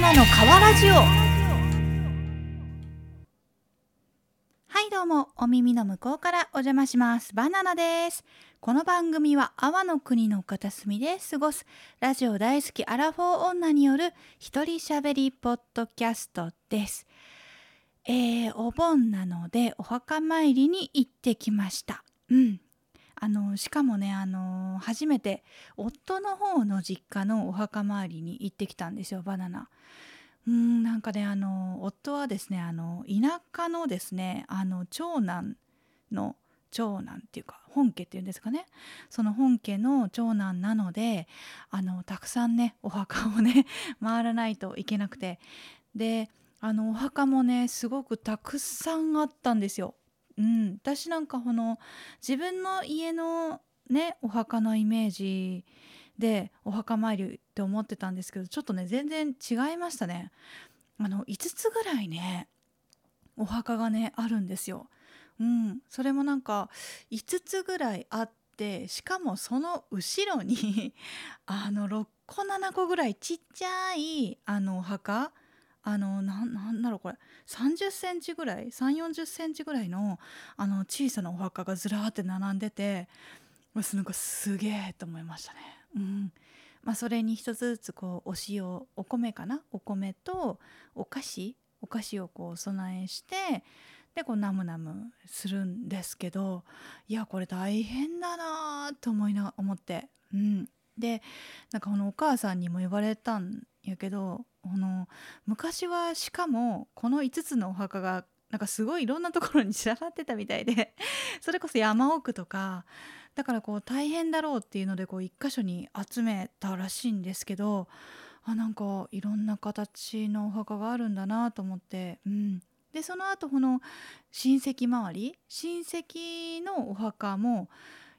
ナの川ラジオ。はいどうも、お耳の向こうからお邪魔します。バナナです。この番組は阿波の国の片隅で過ごすラジオ大好きアラフォー女による一人喋りポッドキャストです。お盆なのでお墓参りに行ってきました。しかもね、初めて夫の方の実家のお墓参りに行ってきたんですよ、バナナ。なんかね、夫はですね、田舎のですね、長男の長男っていうか本家っていうんですかね、その本家の長男なので、たくさんねお墓をね回らないといけなくて、でお墓もねすごくたくさんあったんですよ。私なんか自分の家のねお墓のイメージでお墓参りって思ってたんですけど、ちょっとね全然違いましたね。5つぐらいねお墓がねあるんですよ。それもなんか5つぐらいあって、しかもその後ろに6個7個ぐらいちっちゃいお墓、なんだろうこれ、30センチぐらい3 40センチぐらいの小さなお墓がずらーって並んでて、なんかすげえと思いましたね。それに一つずつこうお米かな、お米とお菓子をこう備えして、でこうナムナムするんですけど、いやこれ大変だなと思って、でなんかお母さんにも言われたんやけど、昔はしかもこの5つのお墓がなんかすごいいろんなところに散らばってたみたいでそれこそ山奥とかだからこう大変だろうっていうのでこう一箇所に集めたらしいんですけど、なんかいろんな形のお墓があるんだなと思って、でその後この親戚のお墓も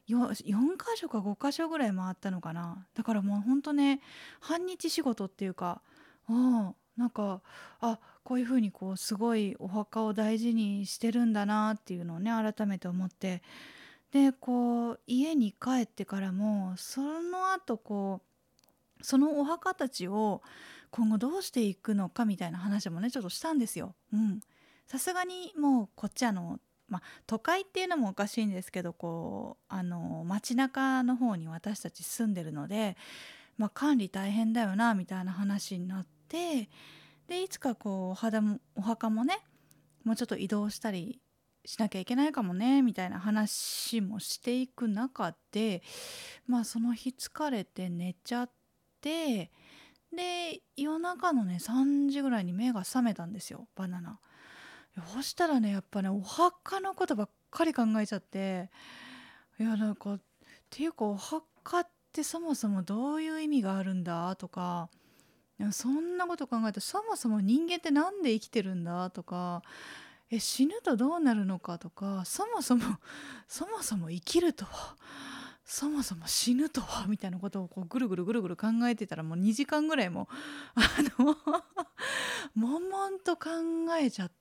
4箇所か5箇所ぐらい回ったのかな。だからもうほんとね半日仕事っていうか、なんかこういうふうにこうすごいお墓を大事にしてるんだなっていうのをね改めて思って、でこう家に帰ってからもその後こうそのお墓たちを今後どうしていくのかみたいな話もねちょっとしたんですよ。さすがにもうこっち都会っていうのもおかしいんですけど、こう街中の方に私たち住んでるので、管理大変だよなみたいな話になって、でいつかこうお墓もねもうちょっと移動したりしなきゃいけないかもねみたいな話もしていく中で、その日疲れて寝ちゃって、で夜中のね3時ぐらいに目が覚めたんですよ、バナナ。そしたらねやっぱねお墓のことばっかり考えちゃって、いやなんかっていうかお墓ってそもそもどういう意味があるんだとか、いやそんなこと考えてそもそも人間ってなんで生きてるんだとか、死ぬとどうなるのかとか、そもそも生きるとは、そもそも死ぬとはみたいなことをこうぐるぐるぐるぐる考えてたらもう2時間ぐらいもの悶々と考えちゃって、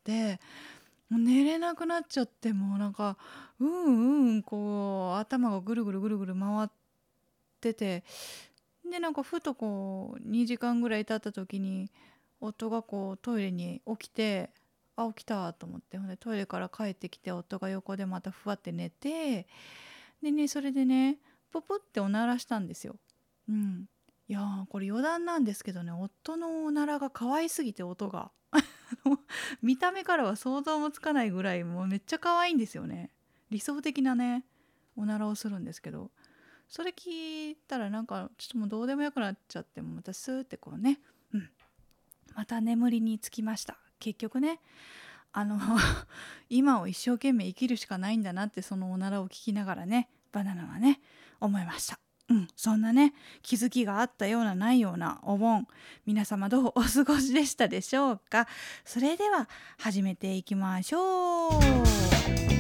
もう寝れなくなっちゃって、もうなんかこう頭がぐるぐるぐるぐる回ってて、でなんかふとこう2時間ぐらい経った時に夫がこうトイレに起きて、起きたと思って、ほんでトイレから帰ってきて夫が横でまたふわって寝て、でねそれでねポポっておならしたんですよ。いやーこれ余談なんですけどね、夫のおならが可愛すぎて音が見た目からは想像もつかないぐらいもうめっちゃ可愛いんですよね。理想的なねおならをするんですけど、それ聞いたらなんかちょっともうどうでもよくなっちゃって、もまたスーってこうね、また眠りにつきました。結局ねあの今を一生懸命生きるしかないんだなって、そのおならを聞きながらねバナナはね思いました。そんなね気づきがあったようなないようなお盆、皆様どうお過ごしでしたでしょうか。それでは始めていきましょう。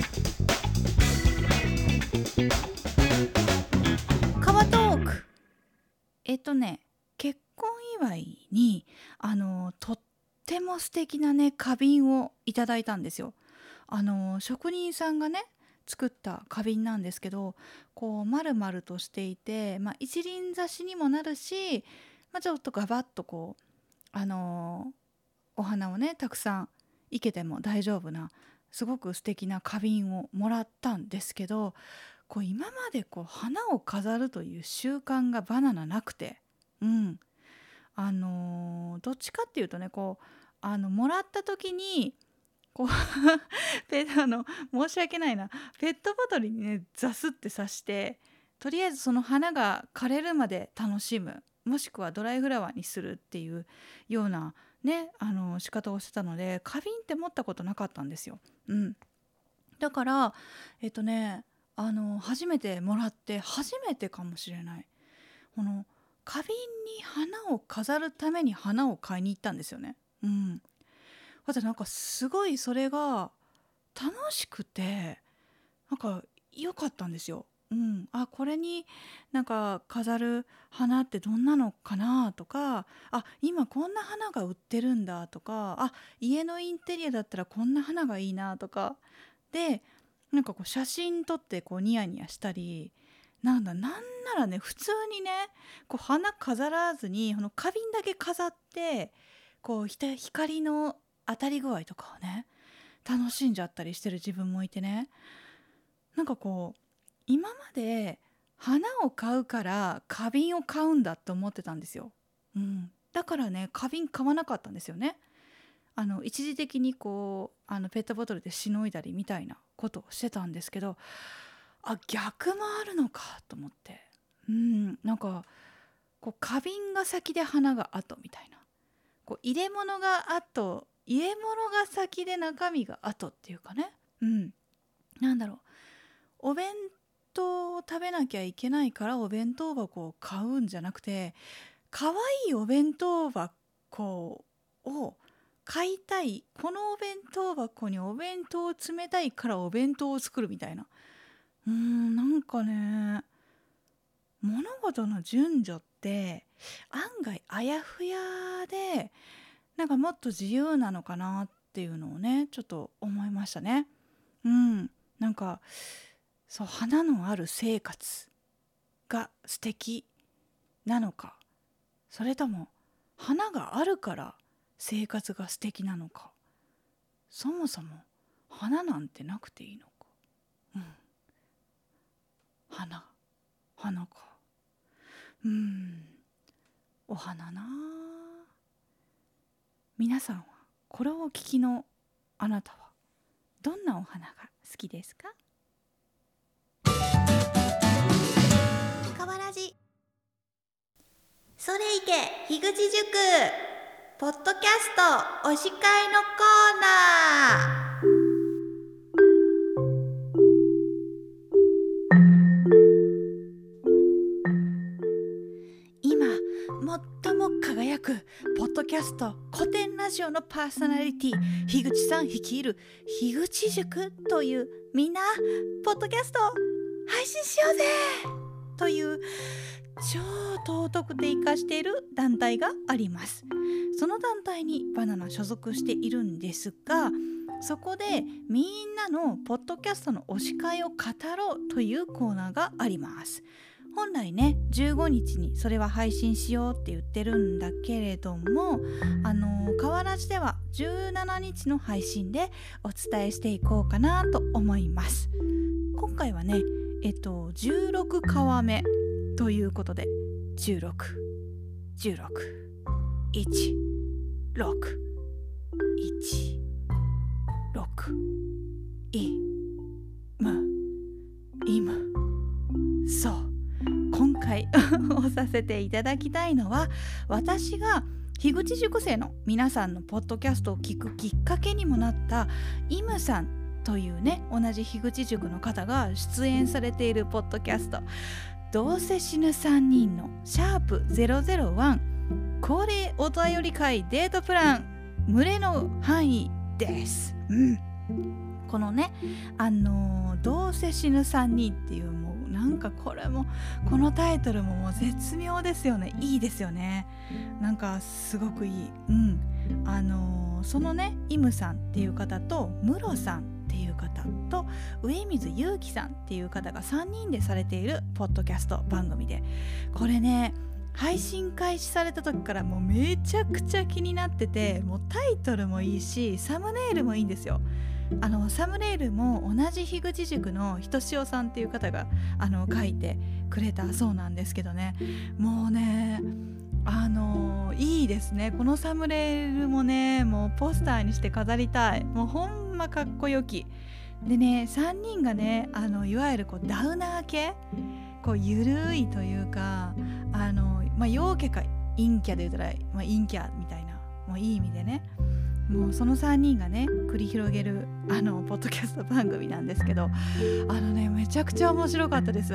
カバトーク。結婚祝いにとっても素敵なね花瓶をいただいたんですよ。職人さんがね作った花瓶なんですけど、こう丸々としていて、一輪挿しにもなるし、ちょっとガバッとこうお花をねたくさん生けても大丈夫なすごく素敵な花瓶をもらったんですけど、今まで花を飾るという習慣がバナナなくて、どっちかっていうとねもらった時にこう申し訳ないな、ペットボトルにねザスって刺して、とりあえずその花が枯れるまで楽しむ、もしくはドライフラワーにするっていうようなね仕方をしてたので、花瓶って持ったことなかったんですよ。だから初めてもらって初めてかもしれない、この花瓶に花を飾るために花を買いに行ったんですよね。なんかすごいそれが楽しくて、なんか良かったんですよ。これになんか飾る花ってどんなのかなとか、今こんな花が売ってるんだとか、家のインテリアだったらこんな花がいいなとかで、なんか写真撮ってニヤニヤしたり、なんならね普通にね花飾らずに花瓶だけ飾って、光の当たり具合とかをね楽しんじゃったりしてる自分もいてね、なんか今まで花を買うから花瓶を買うんだって思ってたんですよ。だからね花瓶買わなかったんですよね。一時的にペットボトルでしのいだりみたいなことをしてたんですけど、逆もあるのかと思って、なんか花瓶が先で花が後みたいな、入れ物が後、入れ物が先で中身が後っていうかね、なんだろう、お弁当を食べなきゃいけないからお弁当箱を買うんじゃなくて、可愛いお弁当箱を買いたい、このお弁当箱にお弁当を詰めたいからお弁当を作るみたいな、なんかね物事の順序って案外あやふやで、なんかもっと自由なのかなっていうのをねちょっと思いましたね。なんかそう、花のある生活が素敵なのか、それとも花があるから生活が素敵なのか、そもそも花なんてなくていいのか。花か。お花な。皆さんはこれをお聞きのあなたはどんなお花が好きですか？かわらじ。それいけ樋口塾ポッドキャスト推し会のコーナー。今最も輝くポッドキャスト古典ラジオのパーソナリティ樋口さん率いる樋口塾という、みんなポッドキャスト配信しようぜという超尊くて生かしている団体があります。その団体にバナナ所属しているんですが、そこでみんなのポッドキャストの推し会を語ろうというコーナーがあります。本来ね15日にそれは配信しようって言ってるんだけれども、かわらじでは17日の配信でお伝えしていこうかなと思います。今回はね16川目ということで、16、16、1、6、1、6、いむ、いむ。そう、今回をさせていただきたいのは、私が樋口塾生の皆さんのポッドキャストを聞くきっかけにもなったイムさんというね、同じ樋口塾の方が出演されているポッドキャスト、どうせ死ぬ3人のシャープ001恒例お便り会デートプラン群れの範囲です。このねどうせ死ぬ3人っていう、もうなんかこれもこのタイトルももう絶妙ですよね。いいですよね。なんかすごくいい。そのねイムさんっていう方とムロさんっていう方と上水祐樹さんっていう方が3人でされているポッドキャスト番組で、これね配信開始された時からもうめちゃくちゃ気になってて、もうタイトルもいいしサムネイルもいいんですよ。サムネイルも同じ樋口塾のひとしおさんっていう方が書いてくれたそうなんですけどね、もうねいいですね。このサムネイルもね、もうポスターにして飾りたい。もうほんまかっこよきでね、3人がねいわゆるこうダウナー系、こうゆるいというか陽キャか陰キャで言うたら、陰キャみたいな、もういい意味でね、もうその3人がね繰り広げるポッドキャスト番組なんですけど、めちゃくちゃ面白かったです。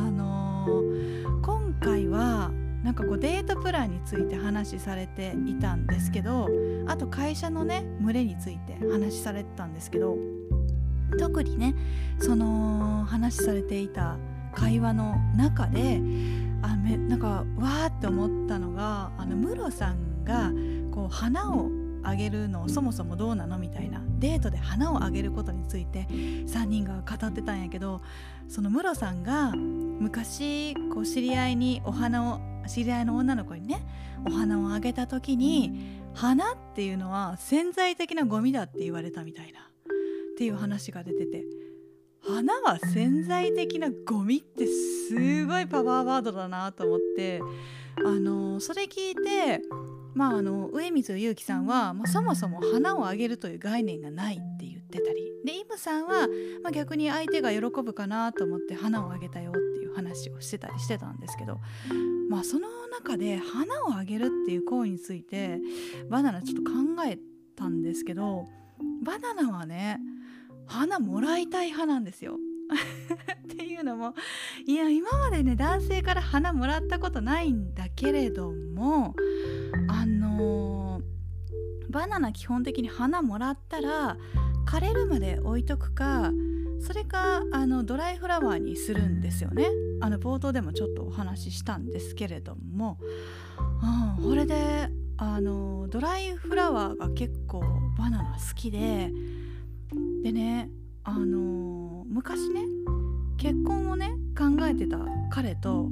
今回はなんかこうデートプランについて話されていたんですけど、あと会社のね群れについて話されてたんですけど、特にねその話されていた会話の中でなんかわーって思ったのが、ムロさんがこう花をあげるのそもそもどうなのみたいな、デートで花をあげることについて3人が語ってたんやけど、そのムロさんが昔こう知り合いの女の子にねお花をあげた時に、花っていうのは潜在的なゴミだって言われたみたいなっていう話が出てて、花は潜在的なゴミってすごいパワーワードだなと思って、それ聞いて、上水祐樹さんは、そもそも花をあげるという概念がないって言ってたりで、イムさんは、逆に相手が喜ぶかなと思って花をあげたよっていう話をしてたりしてたんですけど、その中で花をあげるっていう行為についてバナナちょっと考えたんですけど、バナナはね花もらいたい派なんですよっていうのも、今までね男性から花もらったことないんだけれども、バナナ基本的に花もらったら枯れるまで置いとくか、それかドライフラワーにするんですよね。冒頭でもちょっとお話ししたんですけれども、これでドライフラワーが結構バナナ好きでね、昔ね結婚をね考えてた彼と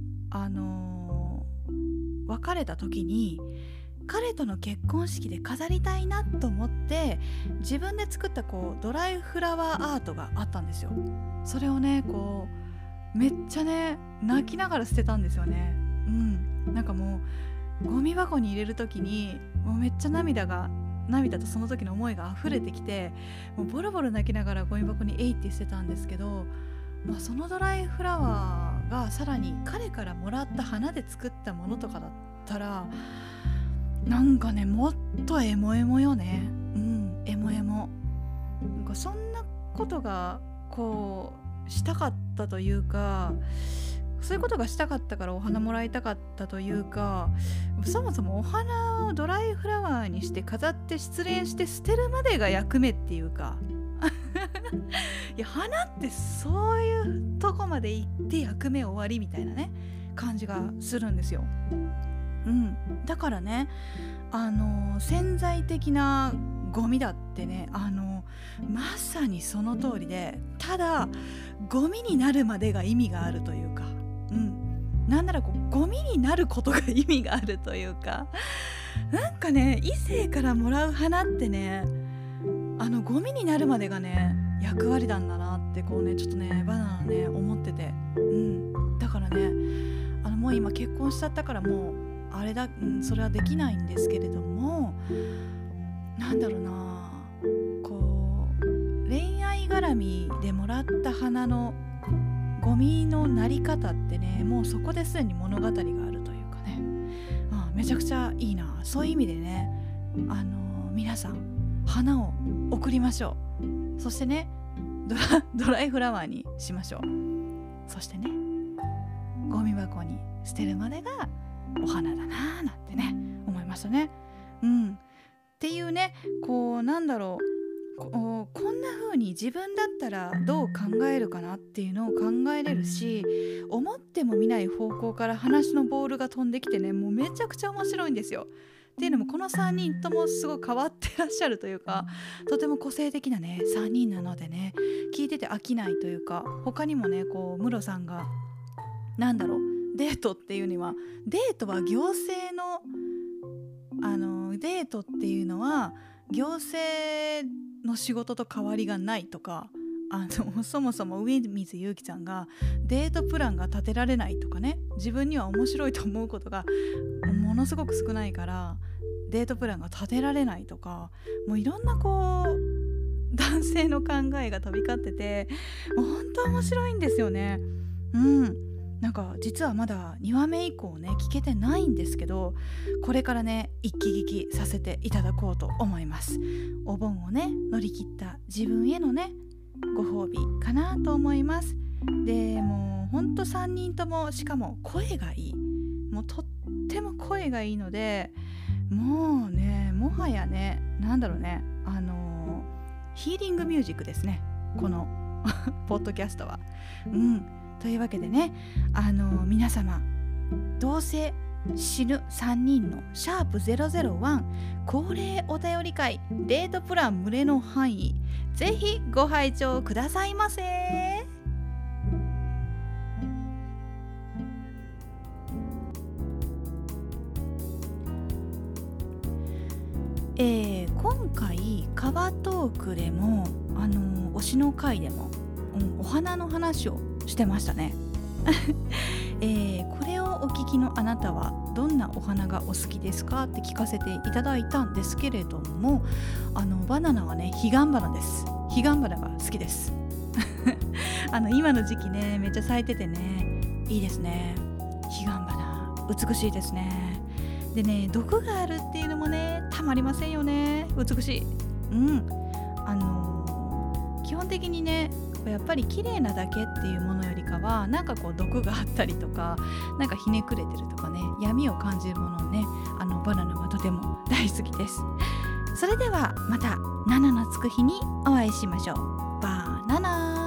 別れた時に、彼との結婚式で飾りたいなと思って自分で作ったこうドライフラワーアートがあったんですよ。それをねこうめっちゃね泣きながら捨てたんですよね。なんかもうゴミ箱に入れる時にもうめっちゃ涙とその時の思いが溢れてきて、もうボロボロ泣きながらゴミ箱にって捨てたんですけど、そのドライフラワーがさらに彼からもらった花で作ったものとかだったら、なんかねもっとエモエモよね。エモエモ。なんかそんなことがこうしたかったというか、そういうことがしたかったからお花もらいたかったというか、そもそもお花をドライフラワーにして飾って失恋して捨てるまでが役目っていうかいや花ってそういうとこまで行って役目終わりみたいなね感じがするんですよ。だからね潜在的なゴミだってねまさにその通りで、ただゴミになるまでが意味があるというか、なんならこうゴミになることが意味があるというか、なんかね異性からもらう花ってねゴミになるまでがね役割なんだなってこうねちょっとねバナナね思ってて、だからねもう今結婚しちゃったからもうあれだ、それはできないんですけれども、なんだろうな、こう恋愛絡みでもらった花のゴミのなり方ってね、もうそこですでに物語があるというかね、めちゃくちゃいいな。そういう意味でね皆さん花を贈りましょう。そしてねドライフラワーにしましょう。そしてねゴミ箱に捨てるまでがお花だなーなんてね思いましたね。っていうねこうなんだろう、こんな風に自分だったらどう考えるかなっていうのを考えれるし、思ってもみない方向から話のボールが飛んできてね、もうめちゃくちゃ面白いんですよ。っていうのもこの3人ともすごい変わってらっしゃるというか、とても個性的なね3人なのでね聞いてて飽きないというか、他にもねこうムロさんがなんだろうデートっていうには、デートは行政のデートっていうのは行政の仕事と変わりがないとか、そもそも上水祐樹さんがデートプランが立てられないとかね、自分には面白いと思うことがものすごく少ないからデートプランが立てられないとか、もういろんな男性の考えが飛び交ってて、もう本当面白いんですよね。なんか実はまだ2話目以降ね聞けてないんですけど、これからね一気聞きさせていただこうと思います。お盆をね乗り切った自分へのねご褒美かなと思います。でもうほんと3人ともしかも声がいい、もうとっても声がいいので、もうねもはやねなんだろうねヒーリングミュージックですね、このポッドキャストは。というわけでね皆様、どうせ死ぬ3人のシャープ001恒例お便り会デートプラン群れの範囲、ぜひご拝聴くださいませ。今回カバトークでも推しの回でも、お花の話をしてましたね。これをお聞きのあなたはどんなお花がお好きですかって聞かせていただいたんですけれども、バナナはね彼岸花です。彼岸花が好きです。今の時期ねめっちゃ咲いててねいいですね。彼岸花美しいですね。でね毒があるっていうのもねたまりませんよね。美しい。基本的にねやっぱり綺麗なだけっていうものよりかは、なんか毒があったりとか、なんかひねくれてるとかね、闇を感じるものをねバナナはとても大好きです。それではまた7のつく日にお会いしましょう。バナナ。